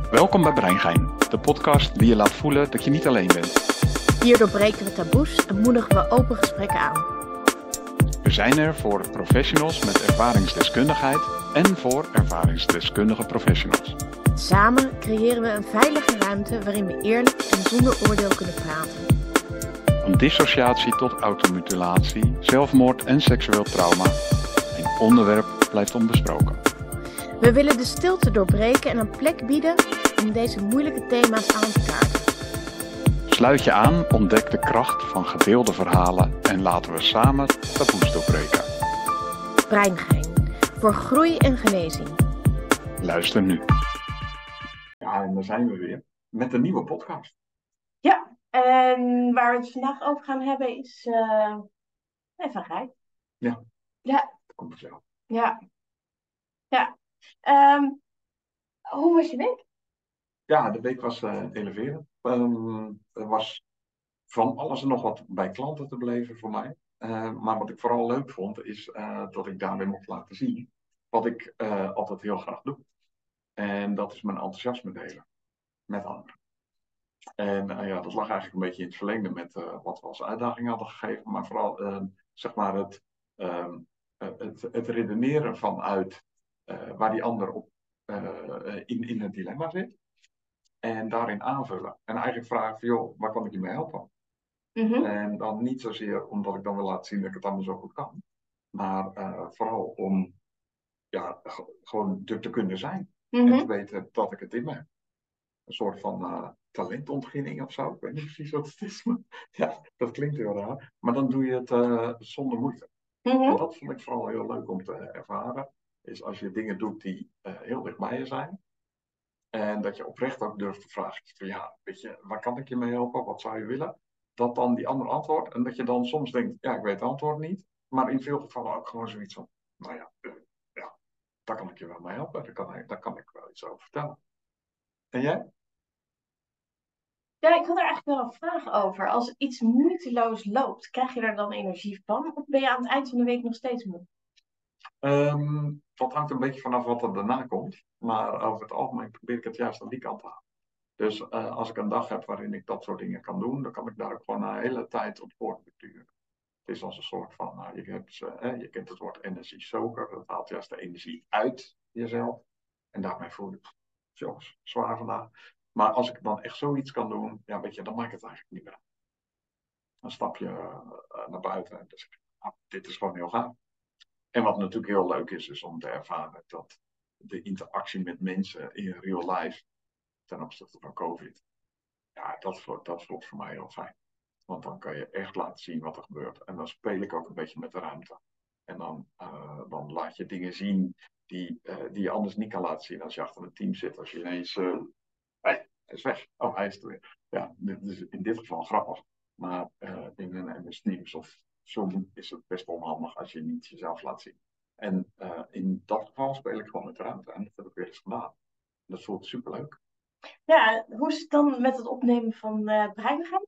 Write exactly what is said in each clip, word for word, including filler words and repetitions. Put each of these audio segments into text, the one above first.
Welkom bij Breingein, de podcast die je laat voelen dat je niet alleen bent. Hier doorbreken we taboes en moedigen we open gesprekken aan. We zijn er voor professionals met ervaringsdeskundigheid en voor ervaringsdeskundige professionals. Samen creëren we een veilige ruimte waarin we eerlijk en zonder oordeel kunnen praten. Van dissociatie tot automutilatie, zelfmoord en seksueel trauma. Geen onderwerp blijft onbesproken. We willen de stilte doorbreken en een plek bieden om deze moeilijke thema's aan te kaarten. Sluit je aan, ontdek de kracht van gedeelde verhalen en laten we samen taboes doorbreken. Breingein, voor groei en genezing. Luister nu. Ja, en daar zijn we weer met een nieuwe podcast. Ja, en waar we het vandaag over gaan hebben is uh, ervaring. Ja, Ja, dat komt vanzelf. ja, ja. Um, hoe was je week? Ja, de week was uh, eleverend. Um, er was van alles en nog wat bij klanten te beleven voor mij. Uh, maar wat ik vooral leuk vond, is uh, dat ik daar weer mocht laten zien wat ik uh, altijd heel graag doe. En dat is mijn enthousiasme delen met anderen. En uh, ja, dat lag eigenlijk een beetje in het verlengde met uh, wat we als uitdaging hadden gegeven. Maar vooral uh, zeg maar het, uh, het, het redeneren vanuit uh, waar die ander op, uh, in, in het dilemma zit. En daarin aanvullen. En eigenlijk vragen van, joh, waar kan ik je mee helpen? Mm-hmm. En dan niet zozeer omdat ik dan wil laten zien dat ik het allemaal zo goed kan. Maar uh, vooral om ja, g- gewoon er te kunnen zijn. Mm-hmm. En te weten dat ik het in me heb. Een soort van uh, talentontginning of zo. Ik weet niet precies wat het is. Maar ja, dat klinkt heel raar. Maar dan doe je het uh, zonder moeite. Mm-hmm. En dat vond ik vooral heel leuk om te ervaren. Is als je dingen doet die uh, heel dicht bij je zijn. En dat je oprecht ook durft te vragen. Van, ja, weet je, waar kan ik je mee helpen? Wat zou je willen? Dat dan die andere antwoord. En dat je dan soms denkt, ja, ik weet het antwoord niet. Maar in veel gevallen ook gewoon zoiets van, nou ja, uh, ja daar kan ik je wel mee helpen. Daar kan, ik, daar kan ik wel iets over vertellen. En jij? Ja, ik had er eigenlijk wel een vraag over. Als iets moeiteloos loopt, krijg je er dan energie van? Of ben je aan het eind van de week nog steeds moe? Um, dat hangt een beetje vanaf wat er daarna komt. Maar over het algemeen probeer ik het juist aan die kant te halen. Dus uh, als ik een dag heb waarin ik dat soort dingen kan doen, dan kan ik daar ook gewoon een hele tijd op voortduren. Het is als een soort van, uh, je, hebt, uh, je kent het woord energiezoger, dat haalt juist de energie uit jezelf. En daarmee voel ik het zwaar vandaag. Maar als ik dan echt zoiets kan doen, ja, weet je, dan maakt het eigenlijk niet meer uit. Dan stap je uh, naar buiten en dan zeg ik, ah, dit is gewoon heel gaaf. En wat natuurlijk heel leuk is, is om te ervaren dat de interactie met mensen in real life, ten opzichte van COVID, ja, dat, dat voelt voor mij heel fijn. Want dan kan je echt laten zien wat er gebeurt. En dan speel ik ook een beetje met de ruimte. En dan, uh, dan laat je dingen zien die, uh, die je anders niet kan laten zien als je achter een team zit. Als je ineens, uh, hey, hij is weg. Oh, hij is er weer. Ja, dit is in dit geval grappig. Maar uh, in een M S Teams of Zoom is het best onhandig als je niet jezelf laat zien. En uh, in dat geval speel ik gewoon met de ruimte. En dat heb ik weer eens gedaan. Dat voelt superleuk. Ja, hoe is het dan met het opnemen van uh, Breingein?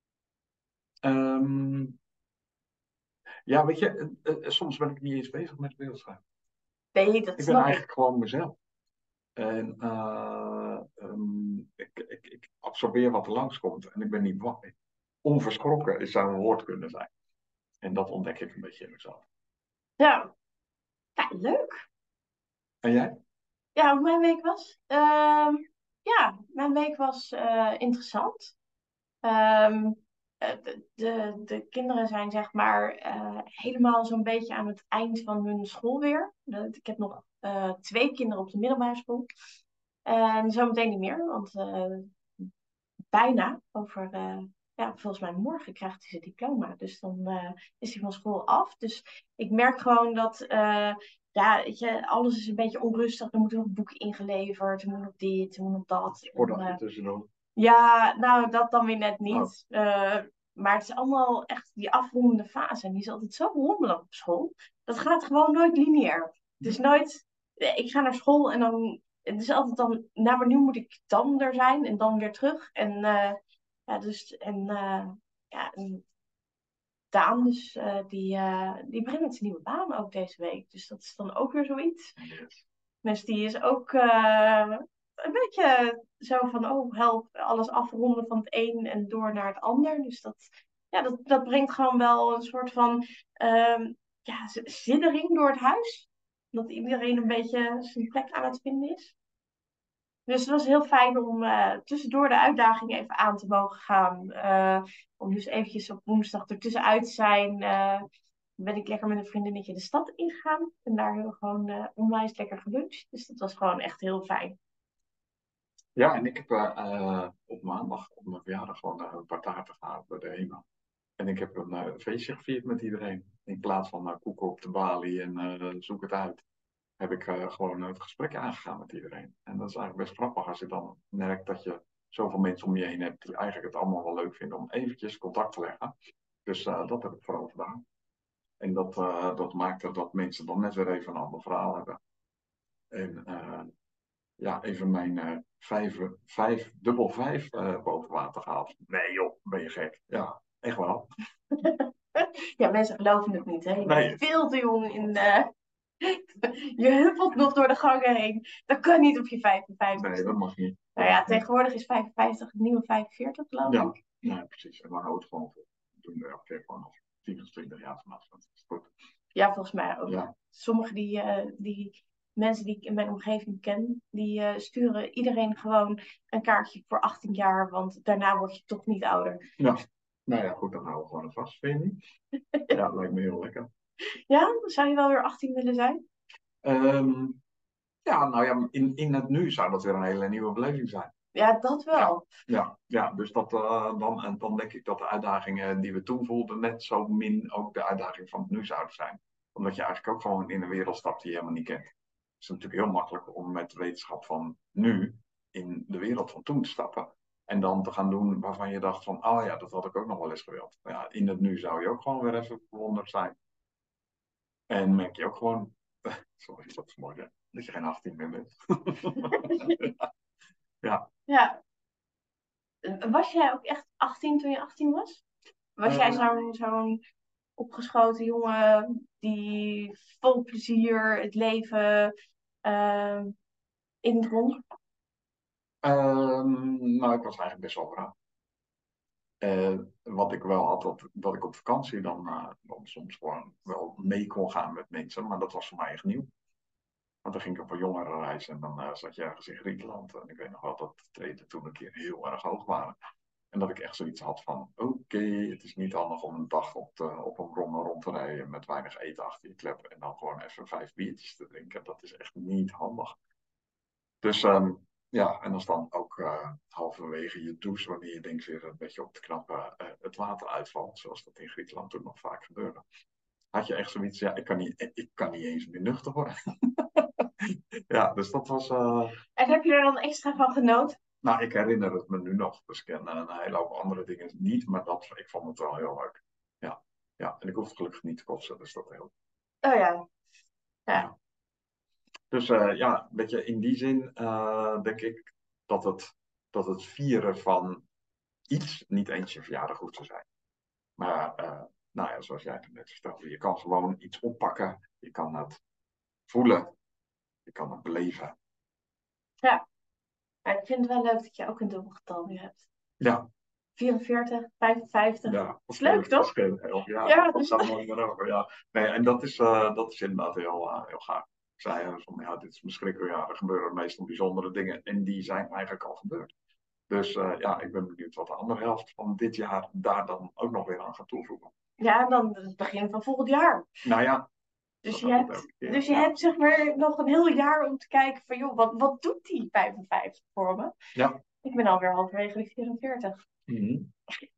Um, ja, weet je, uh, uh, soms ben ik niet eens bezig met beeldschrijven. Nee, dat ik snap ben ik. eigenlijk gewoon mezelf. En uh, um, ik, ik, ik absorbeer wat er langskomt en ik ben niet bang. Onverschrokken is zou een woord kunnen zijn. En dat ontdek ik een beetje in mezelf. Ja, ja leuk. En jij? Ja, hoe mijn week was? Uh, ja, mijn week was uh, interessant. Um, de, de, de kinderen zijn zeg maar uh, helemaal zo'n beetje aan het eind van hun school weer. Ik heb nog uh, twee kinderen op de middelbare school. En zometeen niet meer, want uh, bijna over, uh, ja, volgens mij morgen krijgt hij zijn diploma. Dus dan uh, is hij van school af. Dus ik merk gewoon dat, uh, ja, weet je, alles is een beetje onrustig. Er moeten nog boeken ingeleverd, er moet nog dit, er moet nog dat. Sportdag uh, tussendoor. Ja, nou, dat dan weer net niet. Oh. Uh, maar het is allemaal echt die afrondende fase. En die is altijd zo rommelig op school. Dat gaat gewoon nooit lineair. Het is nooit, ik ga naar school en dan, het is altijd dan, nou, maar nu moet ik dan er zijn en dan weer terug. En uh, ja, dus, en uh, ja, en Daan, dus uh, die, uh, die begint met zijn nieuwe baan ook deze week. Dus dat is dan ook weer zoiets. Yes. Dus die is ook... Uh, een beetje zo van, oh, help, alles afronden van het een en door naar het ander. Dus dat, ja, dat, dat brengt gewoon wel een soort van ehm, ja, z- siddering door het huis. Dat iedereen een beetje zijn plek aan het vinden is. Dus het was heel fijn om eh, tussendoor de uitdaging even aan te mogen gaan. Eh, om dus eventjes op woensdag ertussenuit te zijn. Eh, ben ik lekker met een vriendinnetje de stad ingegaan. En daar hebben we gewoon eh, onwijs lekker geluncht. Dus dat was gewoon echt heel fijn. Ja, en ik heb eh, eh, op maandag op mijn verjaardag gewoon eh, een paar taarten gehaald bij de HEMA. En ik heb een eh, feestje gevierd met iedereen. In plaats van uh, koeken op de balie en eh, zoek het uit, heb ik eh, gewoon het gesprek aangegaan met iedereen. En dat is eigenlijk best grappig als je dan merkt dat je zoveel mensen om je heen hebt die eigenlijk het allemaal wel leuk vinden om eventjes contact te leggen. Dus uh, dat heb ik vooral gedaan. En dat, uh, dat maakte dat mensen dan net weer even een ander verhaal hebben. En uh, ja, even mijn uh, vijf, vijf, dubbel vijf uh, boven water gehaald. Nee joh, ben je gek. Ja, echt wel. Ja, mensen geloven het niet, hè? Je Nee. bent veel te jong in... Uh... je huppelt nog door de gangen heen. Dat kan niet op je vijfenvijftig. Nee, dat mag niet. Nou ja, tegenwoordig is vijfenvijftig het nieuwe vijfenveertig, geloof ja. ik. Ja, precies. En we houden het gewoon vol. We doen er elke keer gewoon nog tien of twintig jaar vanaf. Dat is goed. Ja, volgens mij ook. Ja. Sommige die, uh, die mensen die ik in mijn omgeving ken, die uh, sturen iedereen gewoon een kaartje voor achttien jaar, want daarna word je toch niet ouder. Ja. Nou ja, goed, dan houden we gewoon een vast, vind je niet? Ja, dat lijkt me heel lekker. Ja, zou je wel weer achttien willen zijn? Um, ja, nou ja, in, in het nu zou dat weer een hele nieuwe beleving zijn. Ja, dat wel. Ja, ja, ja dus dat, uh, dan, en dan denk ik dat de uitdagingen die we toen voelden net zo min ook de uitdaging van het nu zouden zijn. Omdat je eigenlijk ook gewoon in een wereld stapt die je helemaal niet kent. Het is natuurlijk heel makkelijk om met de wetenschap van nu in de wereld van toen te stappen. En dan te gaan doen waarvan je dacht van, oh ja, dat had ik ook nog wel eens gewild. Ja, in het nu zou je ook gewoon weer even verwonderd zijn. En merk je ook gewoon, sorry, dat is mooi hè, dat je geen achttien meer bent. ja. Ja. Was jij ook echt achttien toen je achttien was? Was uh, jij zo'n zo'n opgeschoten jongen die vol plezier het leven uh, indrong? Um, nou, ik was eigenlijk best wel braaf. Uh, wat ik wel had, dat, dat ik op vakantie dan, uh, dan soms gewoon wel mee kon gaan met mensen, maar dat was voor mij echt nieuw. Want dan ging ik op een jongerenreis en dan uh, zat je ergens in Griekenland. En ik weet nog wel dat de treden toen een keer heel erg hoog waren. En dat ik echt zoiets had van, oké, okay, het is niet handig om een dag op, de, op een brommer rond te rijden met weinig eten achter je klep. En dan gewoon even vijf biertjes te drinken. Dat is echt niet handig. Dus um, ja, en als dan ook uh, halverwege je douche, wanneer je denkt weer een beetje op te knappen, uh, het water uitvalt. Zoals dat in Griekenland toen nog vaak gebeurde. Had je echt zoiets, ja, ik kan niet, ik kan niet eens meer nuchter worden. ja, dus dat was... Uh... En heb je er dan extra van genoten? Nou, ik herinner het me nu nog. Dus ik ken uh, een hele hoop andere dingen niet, maar dat, ik vond het wel heel leuk. Ja, ja. En ik hoefde gelukkig niet te kotsen, dus dat heel... Oh ja. Ja. ja. Dus uh, ja, weet je, in die zin uh, denk ik dat het, dat het vieren van iets niet eens je verjaardag hoeft te zijn. Maar uh, nou ja, zoals jij net vertelde, je kan gewoon iets oppakken. Je kan het voelen. Je kan het beleven. Ja. Maar ik vind het wel leuk dat je ook een dubbelgetal nu hebt. Ja. vierenveertig, vijfenvijftig. Ja, dat is leuk, toch? Heel, ja, ja, dat staat mooi erover. Ja. Nee, en dat is, uh, dat is inderdaad heel, uh, heel gaaf. Ik zei uh, van, ja, dit is mijn schrikkeljaar. Er gebeuren meestal bijzondere dingen. En die zijn eigenlijk al gebeurd. Dus uh, ja, ik ben benieuwd wat de andere helft van dit jaar daar dan ook nog weer aan gaat toevoegen. Ja, dan het begin van volgend jaar. Nou ja. Dus je, hebt, dus je ja. hebt zeg maar nog een heel jaar om te kijken van, joh, wat, wat doet die vijfenvijftig voor me? Ja. Ik ben alweer halverwege de vierenveertig. Mm-hmm.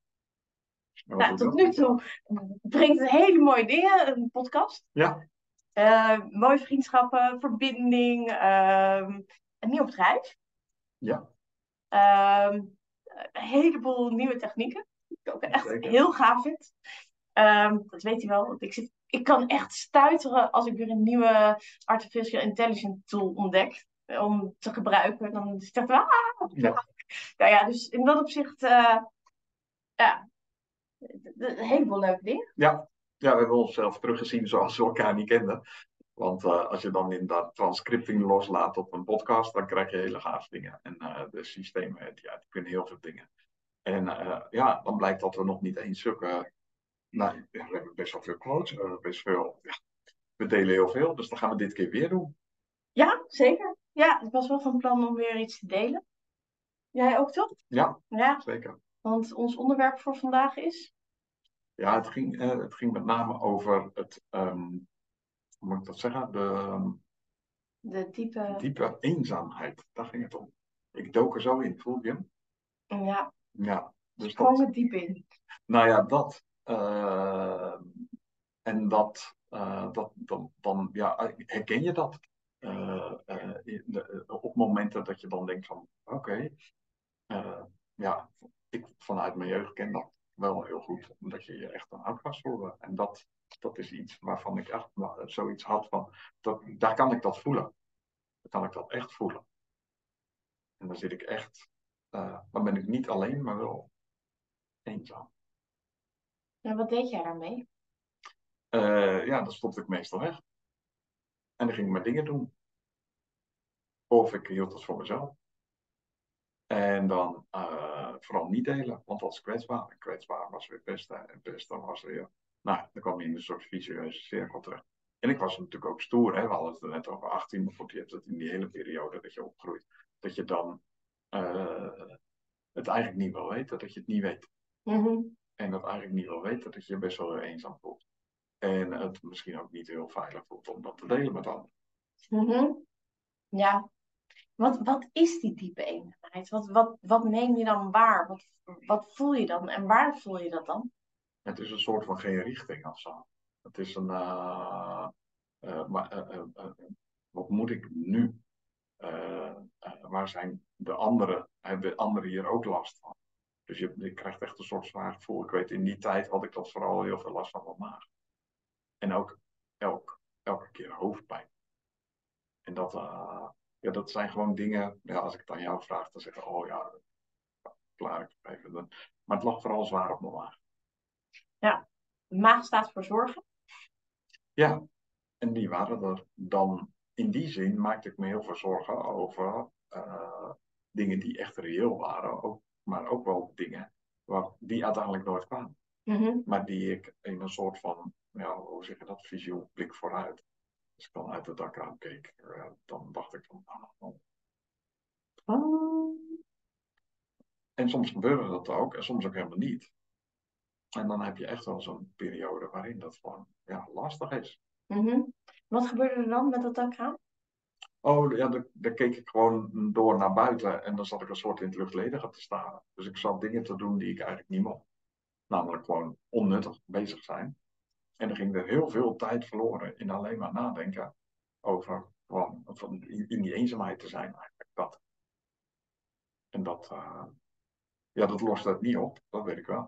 Nou, tot nu toe brengt het hele mooie dingen, een podcast. Ja. Uh, mooie vriendschappen, verbinding, uh, een nieuw bedrijf. Ja. Uh, een heleboel nieuwe technieken, die ik ook echt Zeker. heel gaaf vind. Uh, dat weet hij wel, want ik, zit, ik kan echt stuiteren als ik weer een nieuwe artificial intelligence tool ontdek. Om te gebruiken. Dan is het ah, ja. Nou ja, dus in dat opzicht, uh, ja, een heleboel leuke dingen. Ja. Ja, we hebben onszelf teruggezien zoals we elkaar niet kenden. Want uh, als je dan inderdaad transcripting loslaat op een podcast, dan krijg je hele gaaf dingen. En uh, de systemen, ja, die kunnen heel veel dingen. En uh, ja, dan blijkt dat we nog niet eens zulke... Nou, we hebben best wel veel quotes, we hebben best veel... Ja, we delen heel veel, dus dan gaan we dit keer weer doen. Ja, zeker. Ja, ik was wel van plan om weer iets te delen. Jij ook, toch? Ja, Ja, zeker. want ons onderwerp voor vandaag is... Ja, het ging, uh, het ging met name over het... Um, hoe moet ik dat zeggen? De... De diepe... Diepe eenzaamheid, daar ging het om. Ik dook er zo in, voel je hem? Ja, ja dus sprong dat, het diep in. Nou ja, dat. Uh, en dat, uh, dat dan, dan, ja, herken je dat? Uh, uh, de, op momenten dat je dan denkt van, oké, okay, uh, ja, ik vanuit mijn jeugd ken dat wel heel goed, omdat je je echt een outcast voelde. En dat, dat is iets waarvan ik echt zoiets had van, dat, daar kan ik dat voelen. Dan kan ik dat echt voelen. En dan zit ik echt, uh, dan ben ik niet alleen, maar wel eenzaam. En wat deed jij daarmee? Uh, ja, dan stopte ik meestal weg. En dan ging ik mijn dingen doen. Of ik hield het voor mezelf. En dan uh, vooral niet delen, want dat is kwetsbaar. En kwetsbaar was weer pesten. En pesten was weer... Nou, dan kwam je in een soort vicieuze cirkel terecht. En ik was natuurlijk ook stoer, hè? We hadden het er net over achttien, maar goed, je hebt het in die hele periode dat je opgroeit. Dat je dan uh, het eigenlijk niet wil weten, dat je het niet weet. Mm-hmm. En dat eigenlijk niet wil weten, dat je je best wel heel eenzaam voelt. En het misschien ook niet heel veilig voelt om dat te delen met anderen. Mm-hmm. Ja. Wat, wat is die diepe eenzaamheid? Wat, wat, wat neem je dan waar? Wat, wat voel je dan? En waar voel je dat dan? Het is een soort van geen richting of zo. Het is een... Uh, uh, maar, uh, uh, wat moet ik nu? Uh, uh, waar zijn de anderen? Hebben anderen hier ook last van? Dus je, je krijgt echt een soort zwaar gevoel. Ik weet, in die tijd had ik dat vooral heel veel last van mijn maag. En ook elk, elke keer hoofdpijn. En dat, uh, ja, dat zijn gewoon dingen... Ja, als ik het aan jou vraag, dan zeg ik... Oh ja, klaar ik even. Maar het lag vooral zwaar op mijn maag. Ja, de maag staat voor zorgen. Ja, en die waren er dan. In die zin maakte ik me heel veel zorgen over uh, dingen die echt reëel waren. Ook, maar ook wel dingen waar, die uiteindelijk nooit kwamen. Mm-hmm. Maar die ik in een soort van, ja, hoe zeg je dat, visioen blik vooruit. Als ik dan uit het dakraam keek, uh, dan dacht ik van... Oh, oh. En soms gebeurde dat ook, en soms ook helemaal niet. En dan heb je echt wel zo'n periode waarin dat gewoon ja, lastig is. Mm-hmm. Wat gebeurde er dan met dat dakraam? Oh, ja, dan, dan keek ik gewoon door naar buiten en dan zat ik een soort in het luchtledige te staren. Dus ik zat dingen te doen die ik eigenlijk niet mocht. Namelijk gewoon onnuttig bezig zijn. En er ging er heel veel tijd verloren in alleen maar nadenken over gewoon van in die eenzaamheid te zijn eigenlijk. Dat. En dat, uh, ja, dat lost het niet op, dat weet ik wel.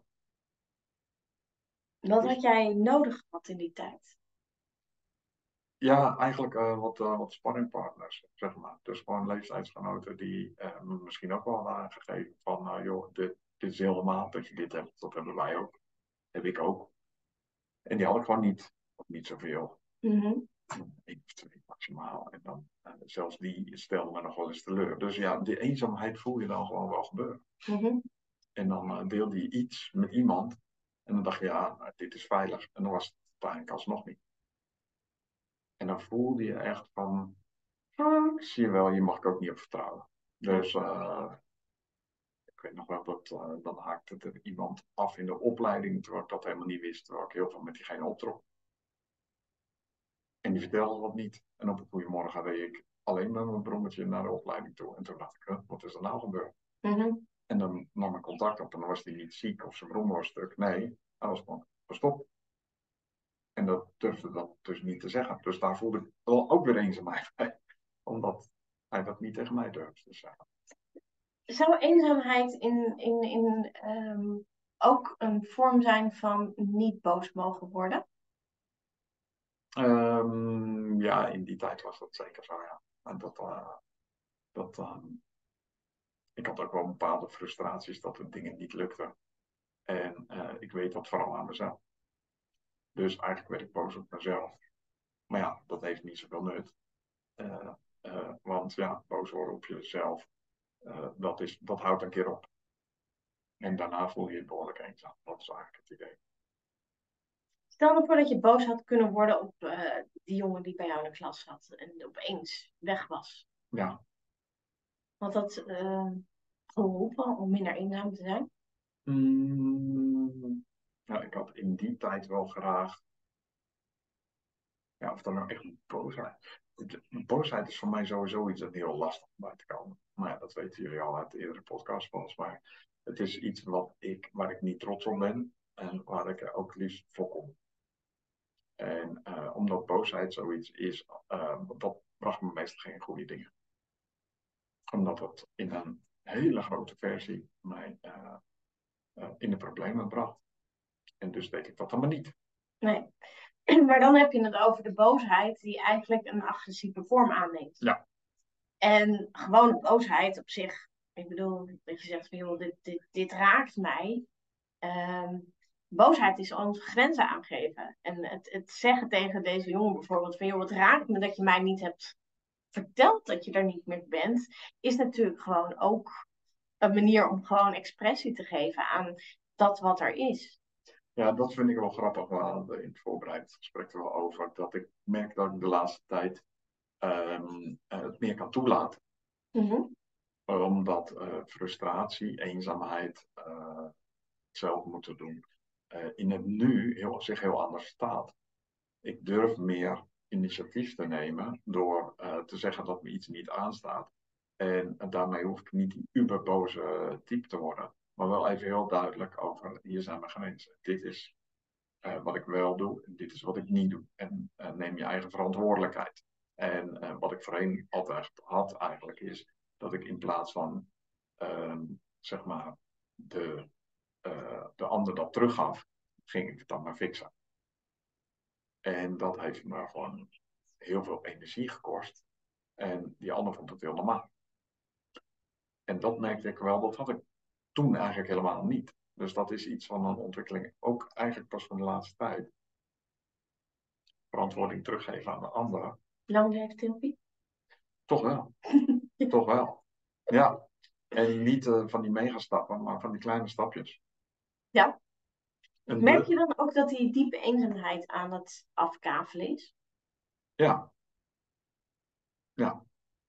Wat Dus, had jij nodig gehad in die tijd? ja, eigenlijk uh, wat, uh, wat sparringpartners, zeg maar. Dus gewoon leeftijdsgenoten die uh, misschien ook wel hadden aangegeven van, nou joh, dit, dit is helemaal dat je dit hebt, dat hebben wij ook. Heb ik ook. En die had ik gewoon niet, of niet zoveel. Mm-hmm. Eén of twee maximaal. En dan, uh, zelfs die stelde me nog wel eens teleur. Dus ja, die eenzaamheid voel je dan gewoon wel gebeuren. Mm-hmm. En dan uh, deelde je iets met iemand. En dan dacht je, ja, nou, dit is veilig. En dan was het uiteindelijk alsnog niet. En dan voelde je echt van, ah, zie je wel, je mag ik ook niet op vertrouwen. Dus uh, ik weet nog wel dat uh, dan haakte er iemand af in de opleiding, terwijl ik dat helemaal niet wist, terwijl ik heel veel met diegene optrok. En die vertelde dat niet. En op een goede morgen reed ik alleen met mijn brommetje naar de opleiding toe. En toen dacht ik, wat is er nou gebeurd? Mm-hmm. En dan nam ik contact op en dan was hij niet ziek of zijn brom was stuk. Nee, hij was gewoon verstopt. En dat durfde dat dus niet te zeggen. Dus daar voelde ik wel ook weer eenzaamheid bij. Omdat hij dat niet tegen mij durfde te zeggen. Zou eenzaamheid in, in, in, um, ook een vorm zijn van niet boos mogen worden? Um, ja, in die tijd was dat zeker zo, ja. En dat, uh, dat, um, ik had ook wel bepaalde frustraties dat de dingen niet lukten. En uh, ik weet dat vooral aan mezelf. Dus eigenlijk werd ik boos op mezelf. Maar ja, dat heeft niet zoveel nut. Uh, uh, want ja, boos worden op jezelf, uh, dat, is, dat houdt een keer op. En daarna voel je je behoorlijk eenzaam. Dat is eigenlijk het idee. Stel nou voor dat je boos had kunnen worden op uh, die jongen die bij jou in de klas zat en opeens weg was. Ja. Had dat uh, geholpen om minder eenzaam te zijn? Mm, ja, ik had in die tijd wel graag. Ja, of dan nou echt een boosheid. Boosheid is voor mij sowieso iets dat heel lastig om bij te komen. Maar ja, dat weten jullie al uit de eerdere podcast volgens mij. Het is iets wat ik, waar ik niet trots op ben en waar ik er ook liefst voor kom. En uh, omdat boosheid zoiets is, uh, dat bracht me meestal geen goede dingen. Omdat het in een hele grote versie mij uh, uh, in de problemen bracht. En dus deed ik dat allemaal niet. Nee. Maar dan heb je het over de boosheid die eigenlijk een agressieve vorm aanneemt. Ja. En gewoon boosheid op zich. Ik bedoel, dat je zegt van joh, dit, dit, dit raakt mij. Um, boosheid is onze grenzen aangeven. En het, het zeggen tegen deze jongen bijvoorbeeld van joh, het raakt me dat je mij niet hebt verteld dat je er niet meer bent. Is natuurlijk gewoon ook een manier om gewoon expressie te geven aan dat wat er is. Ja, dat vind ik wel grappig. We hadden in het voorbereid gesprek er wel over. Dat ik merk dat ik de laatste tijd um, uh, het meer kan toelaten. Mm-hmm. Omdat uh, frustratie, eenzaamheid, uh, zelf moeten doen, uh, in het nu heel, zich heel anders staat. Ik durf meer initiatief te nemen door uh, te zeggen dat me iets niet aanstaat. En uh, daarmee hoef ik niet die uberboze type te worden. Maar wel even heel duidelijk over, hier zijn mijn grenzen. Dit is uh, wat ik wel doe en dit is wat ik niet doe. En uh, neem je eigen verantwoordelijkheid. En uh, wat ik voorheen altijd had eigenlijk is, dat ik in plaats van, uh, zeg maar, de, uh, de ander dat teruggaf, ging ik het dan maar fixen. En dat heeft me gewoon heel veel energie gekost. En die ander vond het heel normaal. En dat merkte ik wel, dat had ik toen eigenlijk helemaal niet. Dus dat is iets van een ontwikkeling, ook eigenlijk pas van de laatste tijd. Verantwoording teruggeven aan de ander. Lang leeft therapie? Toch wel. Toch wel. Ja. En niet uh, van die megastappen, maar van die kleine stapjes. Ja. En merk de... je dan ook dat die diepe eenzaamheid aan het afkavelen is? Ja. Ja.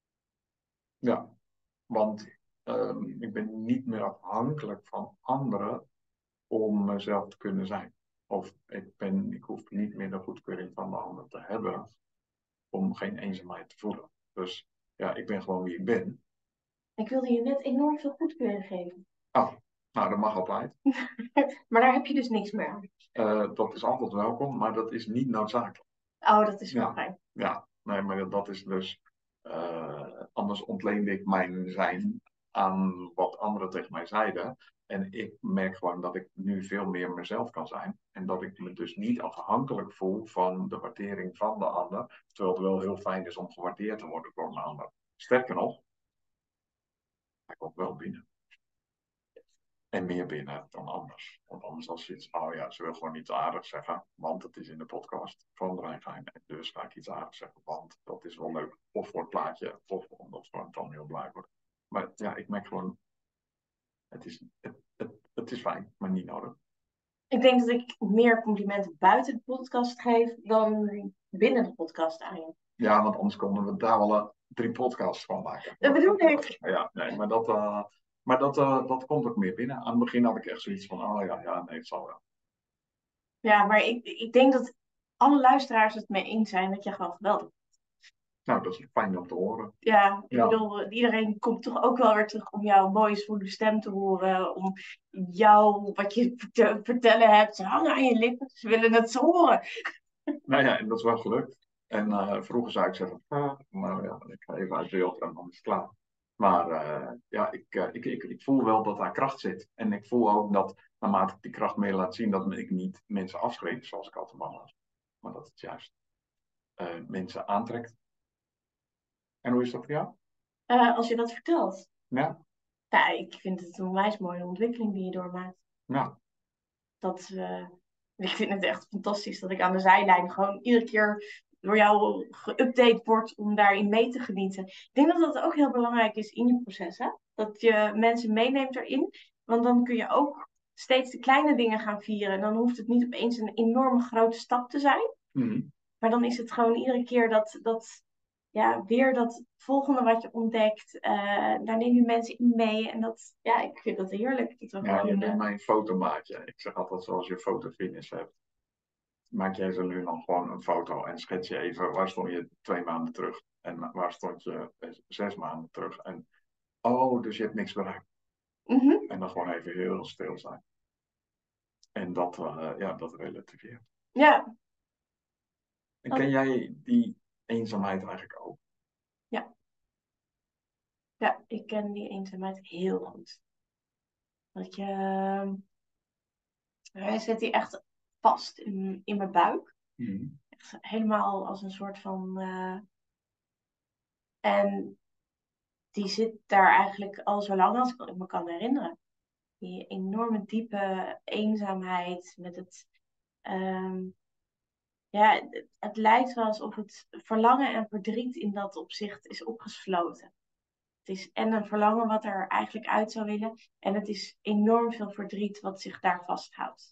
Ja. Want um, ik ben niet meer afhankelijk van anderen om mezelf te kunnen zijn. Of ik, ben, ik hoef niet meer de goedkeuring van de ander te hebben om geen eenzaamheid te voelen. Dus ja, ik ben gewoon wie ik ben. Ik wilde je net enorm veel goedkeuring geven. Oh, nou dat mag altijd. Maar daar heb je dus niks meer aan. Uh, dat is altijd welkom, maar dat is niet noodzakelijk. Oh, dat is wel ja. fijn. Ja, nee, maar dat is dus... Uh, anders ontleende ik mijn zijn aan wat anderen tegen mij zeiden. En ik merk gewoon dat ik nu veel meer mezelf kan zijn. En dat ik me dus niet afhankelijk voel van de waardering van de ander. Terwijl het wel heel fijn is om gewaardeerd te worden door een ander. Sterker nog, hij komt wel binnen. En meer binnen dan anders. Want anders als je iets, oh ja, ze wil gewoon iets aardigs zeggen. Want het is in de podcast van Rijnfijn. En dus ga ik iets aardigs zeggen. Want dat is wel leuk. Of voor het plaatje. Of omdat we dan heel blij worden. Maar ja, ik merk gewoon, het is, het, het, het is fijn, maar niet nodig. Ik denk dat ik meer complimenten buiten de podcast geef dan binnen de podcast aan je. Ja, want anders konden we daar wel uh, drie podcasts van maken. Dat bedoel ik. Ja, nee, maar dat, uh, maar dat, uh, dat komt ook meer binnen. Aan het begin had ik echt zoiets van, oh ja, ja, nee, het zal wel. Ja, maar ik, ik denk dat alle luisteraars het mee eens zijn dat je gewoon geweldig. Nou, dat is fijn om te horen. Ja, ik ja. bedoel, iedereen komt toch ook wel weer terug om jouw mooie zwoele stem te horen. Om jou, wat je te vertellen hebt, ze hangen aan je lippen. Ze willen het horen. Nou ja, en dat is wel gelukt. En uh, vroeger zou ik zeggen, ah, nou ja, ik ga even uit beeld en dan is het klaar. Maar uh, ja, ik, uh, ik, ik, ik voel wel dat daar kracht zit. En ik voel ook dat, naarmate ik die kracht meer laat zien, dat ik niet mensen afschreef, zoals ik altijd bang was. Maar dat het juist uh, mensen aantrekt. En hoe is dat voor jou? Uh, als je dat vertelt. Ja. Ja, ik vind het een onwijs mooie ontwikkeling die je doormaakt. Ja. Dat, uh, ik vind het echt fantastisch dat ik aan de zijlijn gewoon iedere keer door jou geüpdate wordt om daarin mee te genieten. Ik denk dat dat ook heel belangrijk is in je proces, hè? Dat je mensen meeneemt erin. Want dan kun je ook steeds de kleine dingen gaan vieren. En dan hoeft het niet opeens een enorme grote stap te zijn. Mm. Maar dan is het gewoon iedere keer dat, dat ja, weer dat volgende wat je ontdekt. Uh, daar neem je mensen in mee. En dat, ja, ik vind dat heerlijk. Dat we Ja, gewoon, je bent uh, mijn fotomaatje. Ik zeg altijd, zoals je fotofinish hebt, maak jij zo nu dan gewoon een foto en schets je even waar stond je twee maanden terug en waar stond je zes maanden terug. En oh, dus je hebt niks bereikt. mm-hmm. En dan gewoon even heel stil zijn. En dat, uh, ja, dat relativeert. Ja. En ken jij die eenzaamheid eigenlijk ook? Ja. Ja, ik ken die eenzaamheid heel goed. Dat je... Hij zit die echt vast in, in mijn buik. Mm. Echt helemaal als een soort van... Uh... En die zit daar eigenlijk al zo lang als ik me kan herinneren. Die enorme diepe eenzaamheid met het... Um... Ja, het, het lijkt wel alsof het verlangen en verdriet in dat opzicht is opgesloten. Het is en een verlangen wat er eigenlijk uit zou willen. En het is enorm veel verdriet wat zich daar vasthoudt.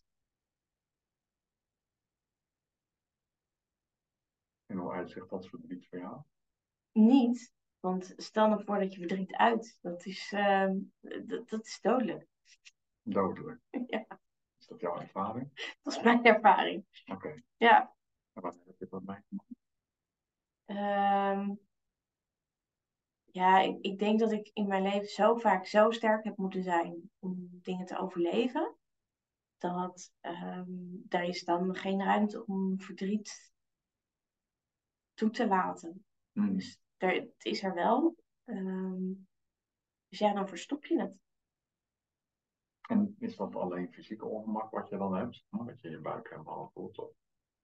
En hoe uitzicht dat verdriet voor jou? Niet, want stel nou voor dat je verdriet uit. Dat is, uh, dat, dat is dodelijk. Dodelijk? Ja. Is dat jouw ervaring? Dat is mijn ervaring. Oké. Okay. Ja. En wat heb je dat meegemaakt? Um, ja, ik, ik denk dat ik in mijn leven zo vaak zo sterk heb moeten zijn om dingen te overleven. Dat um, daar is dan geen ruimte om verdriet toe te laten. Hmm. Dus er, het is er wel. Um, dus ja, dan verstop je het. En is dat alleen fysieke ongemak wat je dan hebt? Dat je je buik helemaal voelt? Of?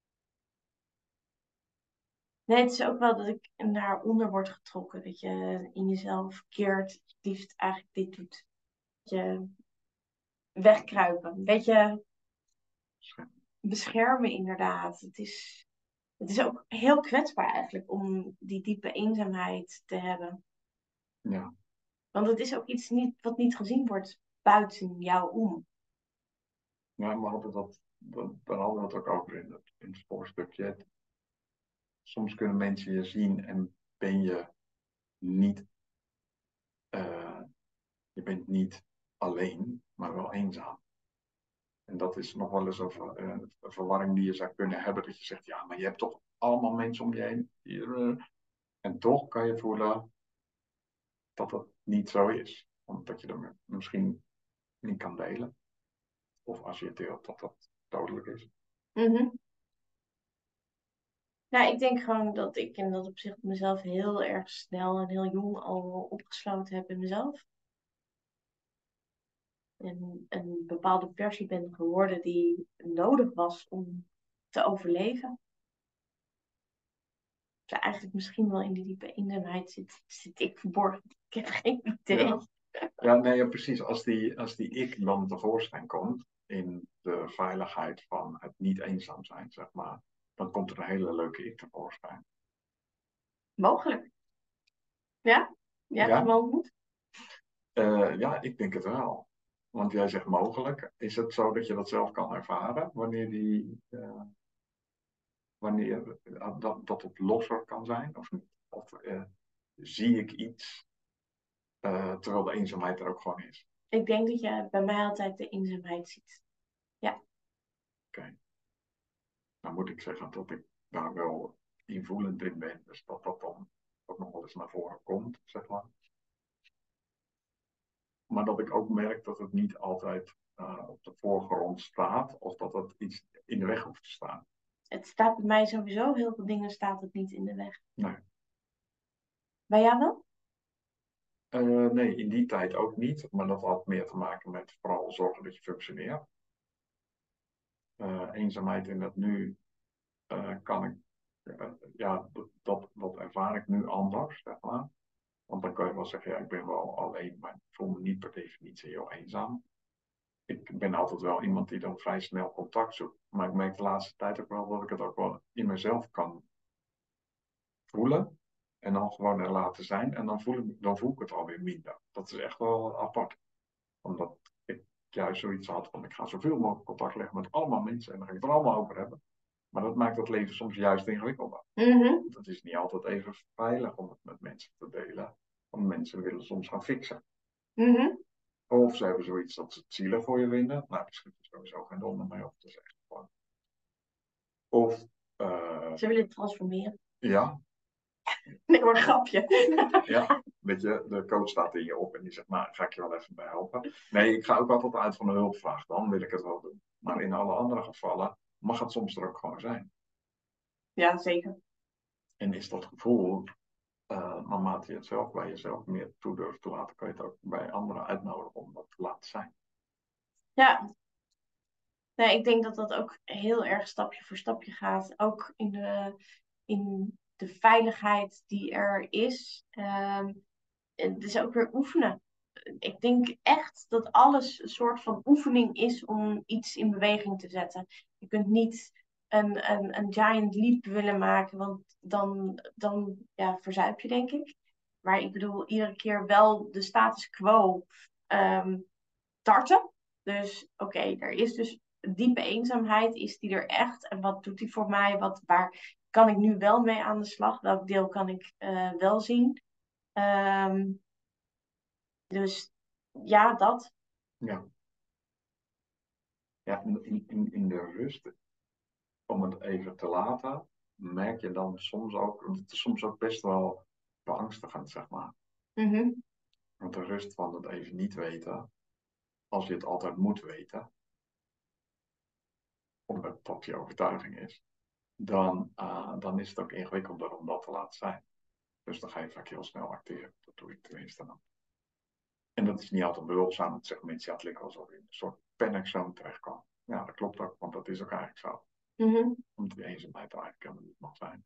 Nee, het is ook wel dat ik naar onder word getrokken. Dat je in jezelf keert, het liefst eigenlijk dit doet. Dat je wegkruipen. Een beetje beschermen inderdaad. Het is, het is ook heel kwetsbaar eigenlijk om die diepe eenzaamheid te hebben. Ja. Want het is ook iets niet, wat niet gezien wordt buiten jou om. Ja, maar hadden dat, dat, daar hadden we het ook over in het, in het voorstukje. Soms kunnen mensen je zien en ben je niet, uh, je bent niet alleen, maar wel eenzaam. En dat is nog wel eens een, uh, een verwarring die je zou kunnen hebben. Dat je zegt, ja, maar je hebt toch allemaal mensen om je heen. Hier, uh, en toch kan je voelen dat dat niet zo is. Omdat je er misschien niet kan delen. Of als je het deelt, dat dat dodelijk is. Mm-hmm. Nou, ik denk gewoon dat ik in dat opzicht mezelf heel erg snel en heel jong al opgesloten heb in mezelf. En een bepaalde versie ben geworden die nodig was om te overleven. Dus eigenlijk misschien wel in die diepe eenzaamheid zit, zit ik verborgen. Ik heb geen idee. Ja, ja nee, ja, precies. Als die, als die ik dan tevoorschijn komt in de veiligheid van het niet eenzaam zijn, zeg maar, dan komt er een hele leuke ik tevoorschijn. Mogelijk. Ja? Jij hebt ja? hem al ontmoet? Uh, ja, ik denk het wel. Want jij zegt mogelijk. Is het zo dat je dat zelf kan ervaren? Wanneer, die, uh, wanneer uh, dat, dat het losser kan zijn? Of, of uh, zie ik iets uh, terwijl de eenzaamheid er ook gewoon is? Ik denk dat je bij mij altijd de eenzaamheid ziet. Ja. Oké. Okay. Nou moet ik zeggen dat ik daar wel invoelend in ben. Dus dat dat dan ook nog wel eens naar voren komt, zeg maar. Maar dat ik ook merk dat het niet altijd uh, op de voorgrond staat. Of dat het iets in de weg hoeft te staan. Het staat bij mij sowieso, heel veel dingen staat het niet in de weg. Nee. Bij jou wel? Uh, nee, in die tijd ook niet. Maar dat had meer te maken met vooral zorgen dat je functioneert. Uh, eenzaamheid in het nu uh, kan ik... Uh, ja, dat, dat, dat ervaar ik nu anders, zeg maar. Want dan kan je wel zeggen, ja, ik ben wel alleen, maar ik voel me niet per definitie heel eenzaam. Ik ben altijd wel iemand die dan vrij snel contact zoekt. Maar ik merk de laatste tijd ook wel dat ik het ook wel in mezelf kan voelen en dan gewoon er laten zijn. En dan voel ik, dan voel ik het alweer minder. Dat is echt wel apart. Omdat ik juist zoiets had van ik ga zoveel mogelijk contact leggen met allemaal mensen en dan ga ik het er allemaal over hebben. Maar dat maakt het leven soms juist ingewikkelder. Mhm. Het is niet altijd even veilig om het met mensen te delen. Want mensen willen soms gaan fixen. Mhm. Of ze hebben zoiets dat ze het zielig voor je vinden. Nou, daar schiet er sowieso geen donder mee op te zeggen. Gewoon. Of, uh, Ze willen het transformeren. Ja. Nee, maar een grapje. Ja, weet je, de coach staat in je op en die zegt, nou, ga ik je wel even bij helpen. Nee, ik ga ook altijd uit van een hulpvraag. Dan wil ik het wel doen. Maar in alle andere gevallen mag het soms er ook gewoon zijn. Ja, zeker. En is dat gevoel, uh, naarmate je het zelf bij jezelf meer toe durft te laten, kan je het ook bij anderen uitnodigen om dat te laten zijn. Ja. Nee, ik denk dat dat ook heel erg stapje voor stapje gaat. Ook in de, in de veiligheid die er is. Um, het is ook weer oefenen. Ik denk echt dat alles een soort van oefening is om iets in beweging te zetten. Je kunt niet een, een, een giant leap willen maken, want dan, dan ja, verzuip je, denk ik. Maar ik bedoel, iedere keer wel de status quo um, tarten. Dus oké, okay, er is dus diepe eenzaamheid. Is die er echt? En wat doet die voor mij? Wat, waar kan ik nu wel mee aan de slag? Welk deel kan ik uh, wel zien? Um, dus ja, dat. Ja. Ja, in, in, in de rust, om het even te laten, merk je dan soms ook, het is soms ook best wel beangstigend, zeg maar. Mm-hmm. Want de rust van het even niet weten, als je het altijd moet weten, omdat dat je overtuiging is, dan, uh, dan is het ook ingewikkelder om dat te laten zijn. Dus dan ga je vaak heel snel acteren. Dat doe ik tenminste dan. En dat is niet altijd behulpzaam. Dat zeggen mensen, ja, het lijkt wel alsof je in een soort paniczone terechtkomt. Ja, dat klopt ook, want dat is ook eigenlijk zo. Mm-hmm. Omdat die eenzaamheid eigenlijk helemaal niet mag zijn.